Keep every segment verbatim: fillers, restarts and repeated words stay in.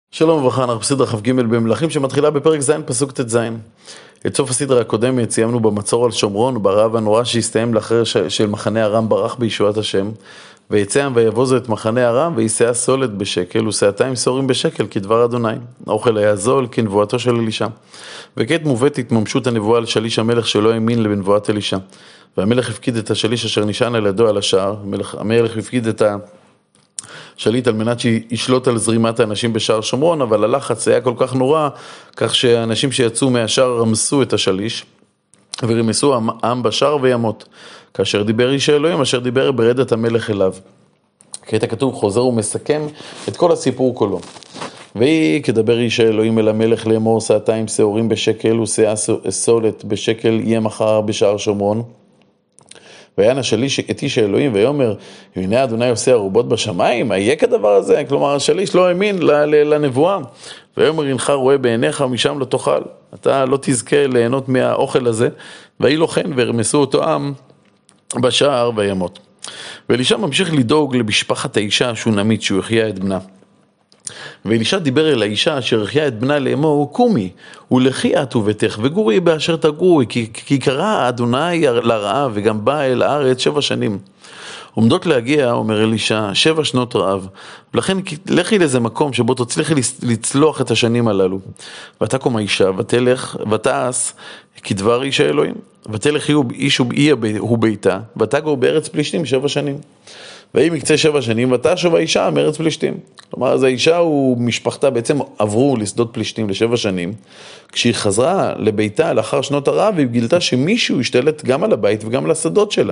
שלום וברכה, אנחנו בסדרה כ"ג במלכים שמתחילה בפרק ז' פסוק ט"ז. את סוף הסדרה הקודמת סיימנו במצור על שומרון, ברעב הנורא שהסתיים לאחר של מחנה ארם ברח בישועת השם. ויצא העם ויבוזו את מחנה ארם וישאה סולת בשקל ושאתיים שעורים בשקל כדבר אדוני. האוכל היה זול כנבואתו של אלישע. וכעת מובאת התממשות הנבואה על שליש המלך שלא האמין לנבואת אלישע. והמלך הפקיד את השליש אשר נשען על ידו על השער. המלך, המלך הפקיד את ה... שליט על מנת שישלוט על זרימת האנשים בשער שומרון, אבל הלחץ היה כל כך נורא, כך שהאנשים שיצאו מהשער רמסו את השליש, ורמסו העם בשער וימות. כאשר דיבר איש האלוהים, אשר דיבר ברדת המלך אליו. כעת הכתוב חוזר ומסכם את כל הסיפור כולו. והיא כדבר איש האלוהים אל המלך לאמור, שעתיים שעורים בשקל ושאה סולת בשקל יהיה מחר בשער שומרון. ויען השליש את איש האלוהים ויאמר, הנה אדוני עושה ערובות בשמיים, מה יהיה כדבר הזה? כלומר השליש לא האמין לנבואה. ויאמר הנך רואה בעיניך ומשם לא תאכל, אתה לא תזכה ליהנות מהאוכל הזה. ויהי לו כן ורמסו אותו עם בשער וימות. ואלישע ממשיך לדאוג למשפחת האישה השונמית שהוא החיה את בנה. ואלישע דיבר אל האישה אשר החיה את בנה לאמור, קומי ולכי את וביתך וגורי באשר תגורי, כי, כי קרא אדוני לרעב וגם בא אל הארץ שבע שנים. עומדות להגיע, אומר אלישע, שבע שנות רעב, ולכן לכי לאיזה מקום שבו תצליחי לצלוח את השנים הללו. ותקום האישה ותלך ותעש כדבר איש האלוהים, ותלך איש הוא ביתה, ותגור בארץ פלישתים שבע שנים. והיא מקצה שבע שנים, ותשוב האישה מארץ פלישתים. כלומר, אז האישה ומשפחתה בעצם עברו לשדות פלישתים לשבע שנים. כשהיא חזרה לביתה לאחר שנות הרעב, היא גילתה שמישהו השתלט גם על הבית וגם על השדות שלה.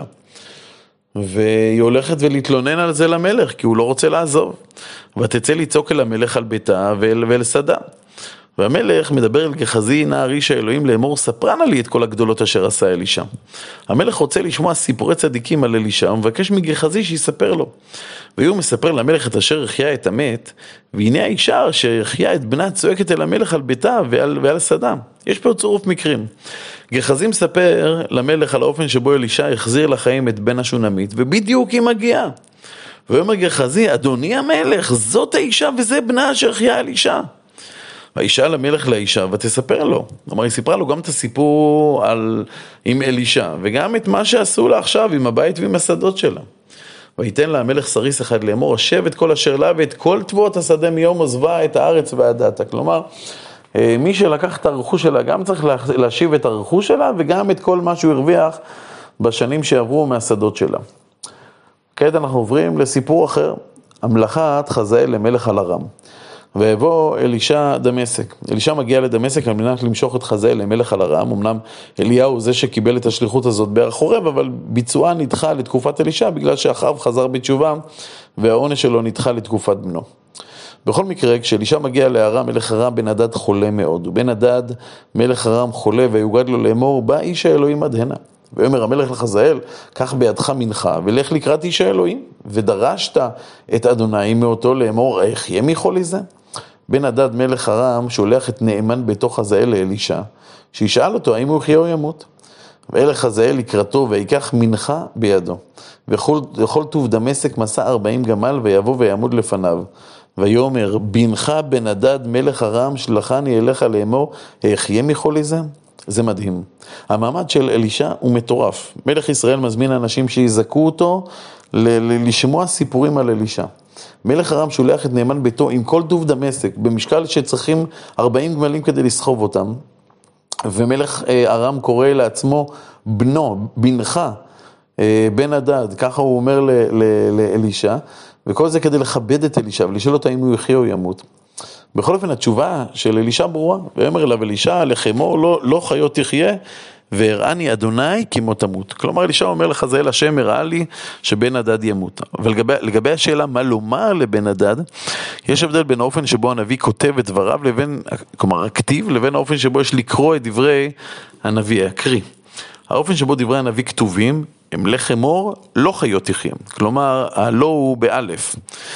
והיא הולכת ולהתלונן על זה למלך, כי הוא לא רוצה לעזוב. ותצא לצעוק אל המלך על ביתה ואל, ואל שדה. והמלך מדבר אל גחזי נער איש האלוהים לאמור, ספרנה לי את כל הגדולות אשר עשה אלישע. המלך רוצה לשמוע סיפורי צדיקים על אלישע, ומבקש מגחזי שיספר לו. והוא מספר למלך את אשר החיה את המת, והנה האישה אשר החיה את בנה צועקת אל המלך על ביתה ועל, ועל שדה. יש פה צירוף מקרים. גחזי מספר למלך על האופן שבו אלישע החזיר לחיים את בן השונמית, ובדיוק היא מגיעה. ואומר גחזי, אדוני המלך, זאת האישה וזה בנה אשר החיה אלישע. האישה למלך לאישה ותספר לו. כלומר, היא סיפרה לו גם את הסיפור על, עם אלישע, וגם את מה שעשו לה עכשיו עם הבית ועם השדות שלה. ויתן לה המלך סריס אחד לאמור, השב את כל אשר לה ואת כל תבואות השדה מיום עזבה את הארץ ועדתה. כלומר, מי שלקח את הרכוש שלה גם צריך להשיב את הרכוש שלה, וגם את כל מה שהוא הרוויח בשנים שעברו מהשדות שלה. כעת אנחנו עוברים לסיפור אחר, המלכת חזאל למלך על ארם. ויבוא אלישע דמשק. אלישע מגיע לדמשק על מנת למשוך את חזאל למלך על ארם. אמנם אליהו זה שקיבל את השליחות הזאת בערך חורב, אבל ביצועה נדחה לתקופת אלישע, בגלל שאחריו חזר בתשובה, והעונש שלו נדחה לתקופת בנו. בכל מקרה, כשאלישע מגיע לארם, מלך ארם בן הדד חולה מאוד. ובן הדד מלך ארם חולה, ויוגד לו לאמור, בא איש האלוהים עד הנה. ואומר המלך לחזאל, קח בידך מנחה, ולך לקראת איש האלוהים, ודרשת את אדוני מאותו לאמור, איך יהיה מחולי זה? בן הדד מלך ארם שולח את נאמן ביתו חזאל לאלישע, שישאל אותו האם הוא יחיה או ימות. ואלך חזאל לקראתו ויקח מנחה בידו, וכל, וכל טוב דמשק מסע ארבעים גמל, ויבוא ויעמוד לפניו. ויאמר, בנך בן הדד מלך ארם שלחני אליך לאמור, איך יהיה מחולי זה? זה מדהים. המעמד של אלישע הוא מטורף. מלך ישראל מזמין אנשים שיזכו אותו ל- לשמוע סיפורים על אלישע. מלך ארם שולח את נאמן ביתו עם כל טוב דמשק, במשקל שצריכים ארבעים גמלים כדי לסחוב אותם. ומלך ארם קורא לעצמו בנו, בנך, בן הדד, ככה הוא אומר ל- ל- לאלישע, וכל זה כדי לכבד את אלישע ולשאול אותו אם הוא יחיה או ימות. בכל אופן התשובה של אלישע ברורה, ואומר אליו אלישע, לחמו לא, לא חיות תחיה, והראני אדוני כמות תמות. כלומר אלישע אומר לחזאל, השם הראה לי שבן הדד ימות. אבל לגבי, לגבי השאלה מה לומר לבן הדד, יש הבדל בין האופן שבו הנביא כותב את דבריו, לבין, כלומר הכתיב, לבין האופן שבו יש לקרוא את דברי הנביא, הקריא. האופן שבו דברי הנביא כתובים, הם לחמור לא חיות תחיה. כלומר, הלא הוא באלף.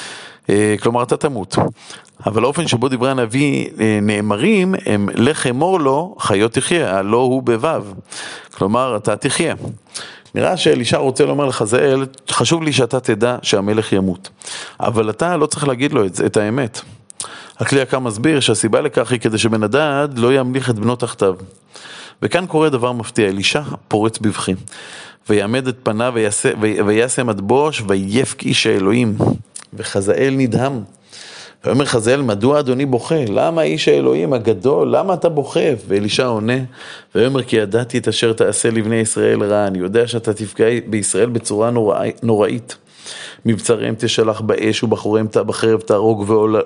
כלומר אתה תמות. אבל האופן שבו דברי הנביא נאמרים, הם לחמור לו חיות תחיה, הלא הוא בבב. כלומר, אתה תחיה. נראה שאלישע רוצה לומר לחזאל, חשוב לי שאתה תדע שהמלך ימות. אבל אתה לא צריך להגיד לו את, את האמת. הכלי יקר מסביר שהסיבה לכך היא כדי שבן הדד לא ימליך את בנו תחתיו. וכאן קורה דבר מפתיע, אלישע פורץ בבכי, ויעמד את פניו ויעשה מטבוש ויפק איש האלוהים, וחזאל נדהם. ואומר חזאל, מדוע אדוני בוכה? למה איש האלוהים הגדול? למה אתה בוכה? ואלישע עונה, ואומר, כי ידעתי את אשר תעשה לבני ישראל רע, אני יודע שאתה תפגע בישראל בצורה נוראי, נוראית. מבצריהם תשלח באש ובחוריהם בחרב תהרוג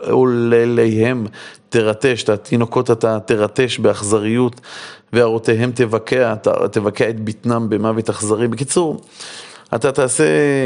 ועולליהם תרטש, את התינוקות אתה תרטש באכזריות וערותיהם תבקע, תבקע את ביטנם במוות אכזרי. בקיצור, אתה תעשה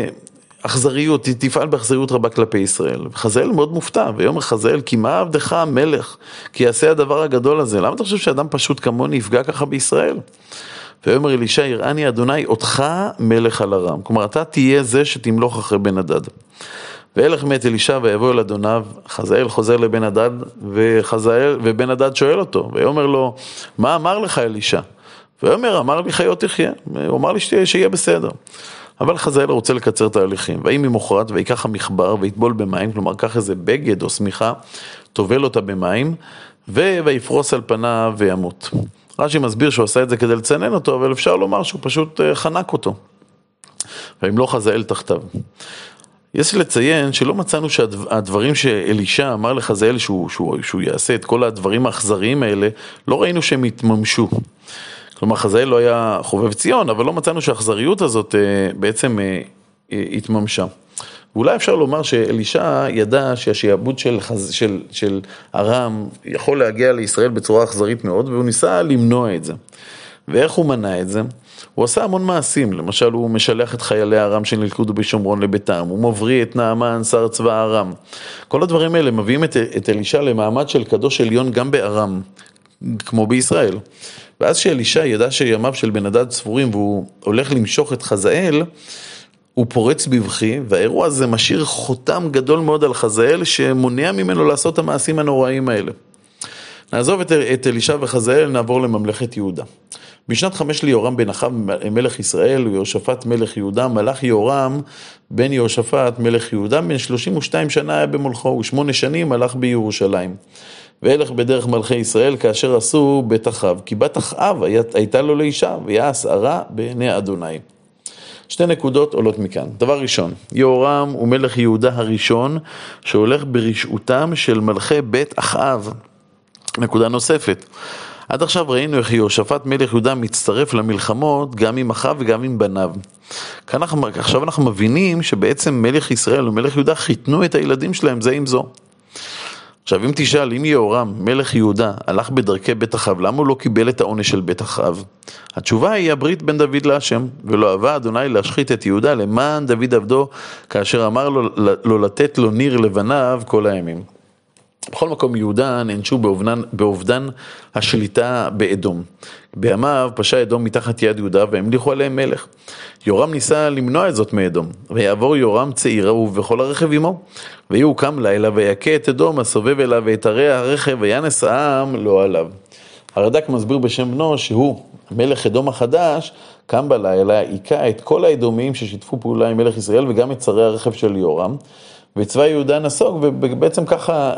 אכזריות, תפעל באכזריות רבה כלפי ישראל. חזאל מאוד מופתע, ויאמר חזאל, כי מה עבדך המלך, כי יעשה הדבר הגדול הזה. למה אתה חושב שאדם פשוט כמוני יפגע ככה בישראל? ויאמר אלישע, יראני אדוני אותך מלך על ארם. כלומר, אתה תהיה זה שתמלוך אחרי בן הדד. וילך מת אלישע ויבוא אל אדוניו, חזאל חוזר לבן הדד, וחזאל, ובן הדד שואל אותו, ויאמר לו, מה אמר לך אלישע? ויאמר, אמר לי חיות תחיה, הוא אמר לי שיהיה בסדר. אבל חזאל רוצה לקצר תהליכים, והיא ממוחרת ויקח המחבר ויטבול במים, כלומר קח איזה בגד או סמיכה, תובל אותה במים, ויפרוס על פניו וימות. רש"י מסביר שהוא עשה את זה כדי לצנן אותו, אבל אפשר לומר שהוא פשוט חנק אותו. וימלוך חזאל תחתיו. יש לציין שלא מצאנו שהדברים שאלישע אמר לחזאל שהוא, שהוא, שהוא יעשה את כל הדברים האכזריים האלה, לא ראינו שהם יתממשו. כלומר, חזאל לא היה חובב ציון, אבל לא מצאנו שהאכזריות הזאת בעצם התממשה. ואולי אפשר לומר שאלישע ידע שהשעבוד של, של, של ארם יכול להגיע לישראל בצורה אכזרית מאוד, והוא ניסה למנוע את זה. ואיך הוא מנע את זה? הוא עשה המון מעשים, למשל הוא משלח את חיילי ארם שנלכדו בשומרון לביתם, הוא מבריא את נעמן שר צבא ארם. כל הדברים האלה מביאים את, את אלישע למעמד של קדוש עליון גם בארם, כמו בישראל. ואז שאלישע ידע שימיו של בן הדד ספורים והוא הולך למשוך את חזאל, הוא פורץ בבכי, והאירוע הזה משאיר חותם גדול מאוד על חזאל שמונע ממנו לעשות את המעשים הנוראים האלה. נעזוב את, את אלישע וחזאל, נעבור לממלכת יהודה. בשנת חמש ליהורם בן אחאב מלך ישראל ויהושפט מלך יהודה, מלך יהורם בן יהושפט מלך יהודה, בן שלושים ושתיים שנה היה במולכו, ושמונה שנים מלך בירושלים. והלך בדרך מלכי ישראל כאשר עשו בית אחאב, כי בת אחאב הייתה לו לאישה, ויעש הרע בעיני אדוני. שתי נקודות עולות מכאן. דבר ראשון, יהורם הוא מלך יהודה הראשון שהולך ברשעותם של מלכי בית אחאב. נקודה נוספת, עד עכשיו ראינו איך יהושפט מלך יהודה מצטרף למלחמות גם עם אחאב וגם עם בניו. כאן אנחנו, עכשיו אנחנו מבינים שבעצם מלך ישראל ומלך יהודה חיתנו את הילדים שלהם זה עם זו. עכשיו אם תשאל, אם יהורם מלך יהודה הלך בדרכי בית אחאב, למה הוא לא קיבל את העונש של בית אחאב? התשובה היא הברית בין דוד להשם, ולא אהבה אדוני להשחית את יהודה למען דוד עבדו, כאשר אמר לו, לו לתת לו ניר לבניו כל הימים. בכל מקום יהודה נענשו באובדן, באובדן השליטה באדום. בימיו פשע אדום מתחת יד יהודה והמליכו עליהם מלך. יורם ניסה למנוע את זאת מאדום, ויעבור יורם צעירה ובכל הרכב עמו, ויהוא קם לילה ויקה את אדום הסובב אליו ואת הרי הרכב וינס העם לא עליו. הרד"ק מסביר בשם בנו שהוא, מלך אדום החדש, קם בלילה, עיקה את כל האדומים ששיתפו פעולה עם מלך ישראל וגם את שרי הרכב של יורם, וצבא יהודה נסוג, ובעצם ככה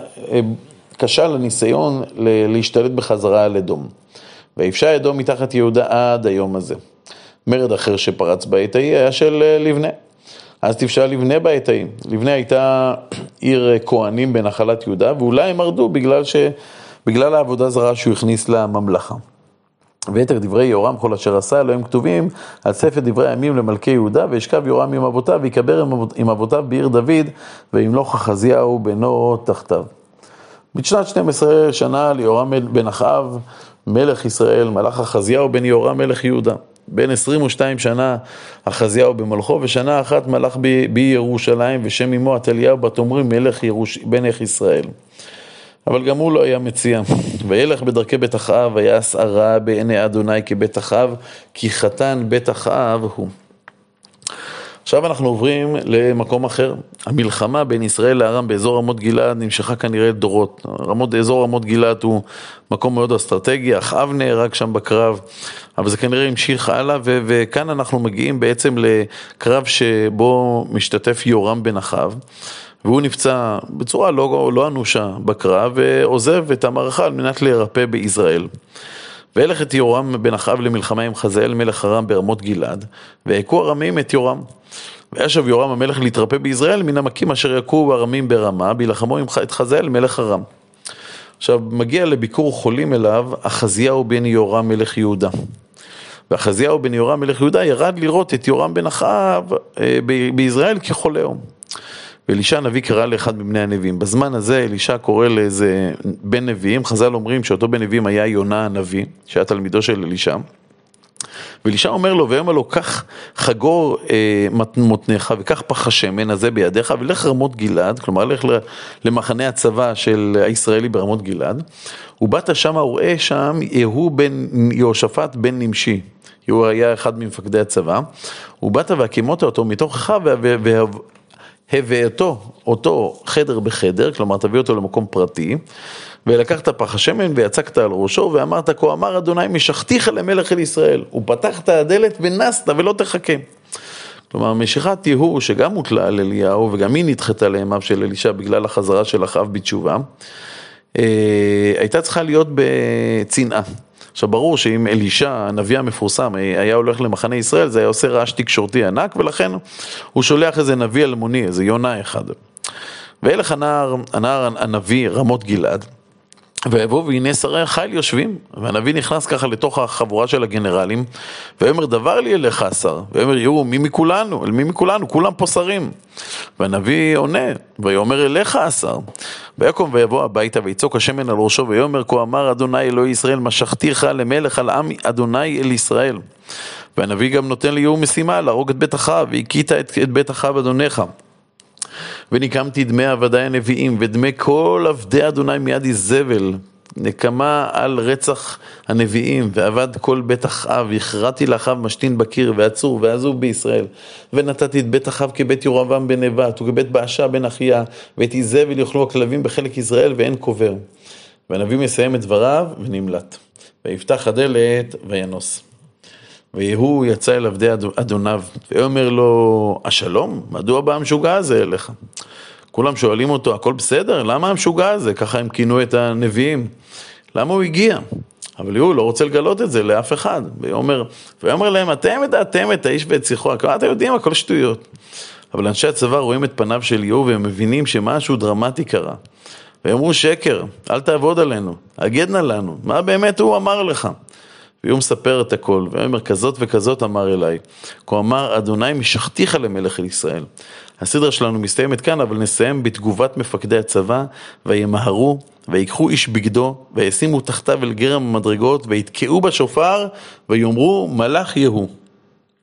כשל הניסיון להשתלט בחזרה על אדום. ויפשע אדום מתחת יהודה עד היום הזה. מרד אחר שפרץ בעת ההיא היה של לבנה. אז תפשע לבנה בעת ההיא. לבנה הייתה עיר כהנים בנחלת יהודה, ואולי הם מרדו בגלל, ש... בגלל העבודה זרה שהוא הכניס לממלכה. ויתר דברי יהורם כל אשר עשה לו הם כתובים על ספר דברי הימים למלכי יהודה, וישכב יהורם עם אבותיו ויקבר עם אבותיו בעיר דוד, וימלוך אחזיהו בנו תחתיו. בשנת שתים עשרה שנה ליהורם בן אחאב מלך ישראל, מלך אחזיהו בן יהורם מלך יהודה. בין עשרים ושתיים שנה אחזיהו במלכו, ושנה אחת מלך בירושלים, ושם אמו עתליהו בת עמרי מלך ירוש... מלך ישראל. אבל גם הוא לא היה מציע. וילך בדרכי בית אחאב, ויעש הרע בעיני אדוני כבית אחאב, כי חתן בית אחאב הוא. עכשיו אנחנו עוברים למקום אחר. המלחמה בין ישראל לארם באזור רמות גלעד נמשכה כנראה דורות. רמות, אזור רמות גלעד הוא מקום מאוד אסטרטגי, אחאב נהרג שם בקרב, אבל זה כנראה המשיך הלאה, ו- וכאן אנחנו מגיעים בעצם לקרב שבו משתתף יהורם בן אחאב, והוא נפצע בצורה לא, לא אנושה בקרב, ועוזב את המערכה על מנת להירפא ביזרעאל. והלך את יורם בן אחאב למלחמה עם חזאל מלך ארם ברמות גלעד, והכו ארמים את יורם. וישב יורם המלך להתרפא ביזרעאל מן המכים אשר יכו ארמים ברמה, בלחמו את חזאל מלך ארם. עכשיו מגיע לביקור חולים אליו אחזיהו בן יורם מלך יהודה. ואחזיהו בן יורם מלך יהודה ירד לראות את יורם בן אחאב ביזרעאל כחולהו. ואלישע הנביא קרא לאחד מבני הנביאים. בזמן הזה אלישע קורא לאיזה בן נביאים, חז"ל אומרים שאותו בן נביאים היה יונה הנביא, שהיה תלמידו של אלישע. ואלישע אומר לו, ואומר לו, קח חגור אה, מותניך וקח פח השמן הזה בידיך ולך רמות גלעד, כלומר לך למחנה הצבא של הישראלי ברמות גלעד, ובאת שם וראה שם יהוא בן יהושפט בן נמשי, הוא היה אחד ממפקדי הצבא, ובאת והקימות אותו מתוך אחיו והבאתו אותו חדר בחדר, כלומר תביא אותו למקום פרטי, ולקחת פח השמן ויצקת על ראשו ואמרת, כה אמר אדוני משכתיך למלך אל ישראל, ופתחת הדלת ונסת ולא תחכה. כלומר משיכת יהוא שגם הוטלה על אליהו וגם היא נדחתה לימיו של אלישע בגלל החזרה של אחאב בתשובה, הייתה צריכה להיות בצנעה. עכשיו ברור שאם אלישע הנביא המפורסם היה הולך למחנה ישראל זה היה עושה רעש תקשורתי ענק, ולכן הוא שולח איזה נביא אלמוני, איזה יונה אחד. ואלך הנער, הנער הנביא רמות גלעד, ויבוא והנה שרי החיל יושבים, והנביא נכנס ככה לתוך החבורה של הגנרלים, ואומר דבר לי אליך השר, ואומר יהוא מי מכולנו, אל מי מכולנו, כולם פה שרים. והנביא עונה, ויאמר אליך השר, ויקום ויבוא הביתה ויצוק השמן על ראשו, ויאמר כה אמר אדוני אלוהי ישראל משכתיך למלך על עם אדוני אל ישראל. והנביא גם נותן ליהוא משימה להרוג את בית אחאב, והכית את, את בית אחאב אדונך. ונקמתי דמי עבדי הנביאים ודמי כל עבדי אדוני מיד איזבל, נקמה על רצח הנביאים, ועבד כל בית אחאב, והכרעתי לאחאב משתין בקיר ועצור ועזוב בישראל, ונתתי את בית אחאב כבית ירבעם בן נבט וכבית באשה בן אחיה, ואת איזבל יאכלו הכלבים בחלק ישראל ואין קובר. והנביא מסיים את דבריו ונמלט, ויפתח הדלת וינוס. ויהוא יצא אל עבדי אדוניו, ואומר לו, השלום, מדוע בא המשוגע הזה אליך? כולם שואלים אותו, הכל בסדר? למה המשוגע הזה? ככה הם כינו את הנביאים. למה הוא הגיע? אבל יהוא לא רוצה לגלות את זה לאף אחד. ואומר, ואומר להם, אתם ידעתם את האיש ואת שיחו, אתם יודעים, הכל שטויות. אבל אנשי הצבא רואים את פניו של יהוא, והם מבינים שמשהו דרמטי קרה. והם אמרו, שקר, אל תעבוד עלינו, הגדנה לנו, מה באמת הוא אמר לך? והוא מספר את הכל, והוא אומר, כזאת וכזאת אמר אליי. כה אמר, אדוני משכתיך למלך אל ישראל. הסדרה שלנו מסתיימת כאן, אבל נסיים בתגובת מפקדי הצבא, וימהרו, ויקחו איש בגדו, וישימו תחתיו אל גרם המדרגות, ויתקעו בשופר, ויאמרו, מלך יהוא.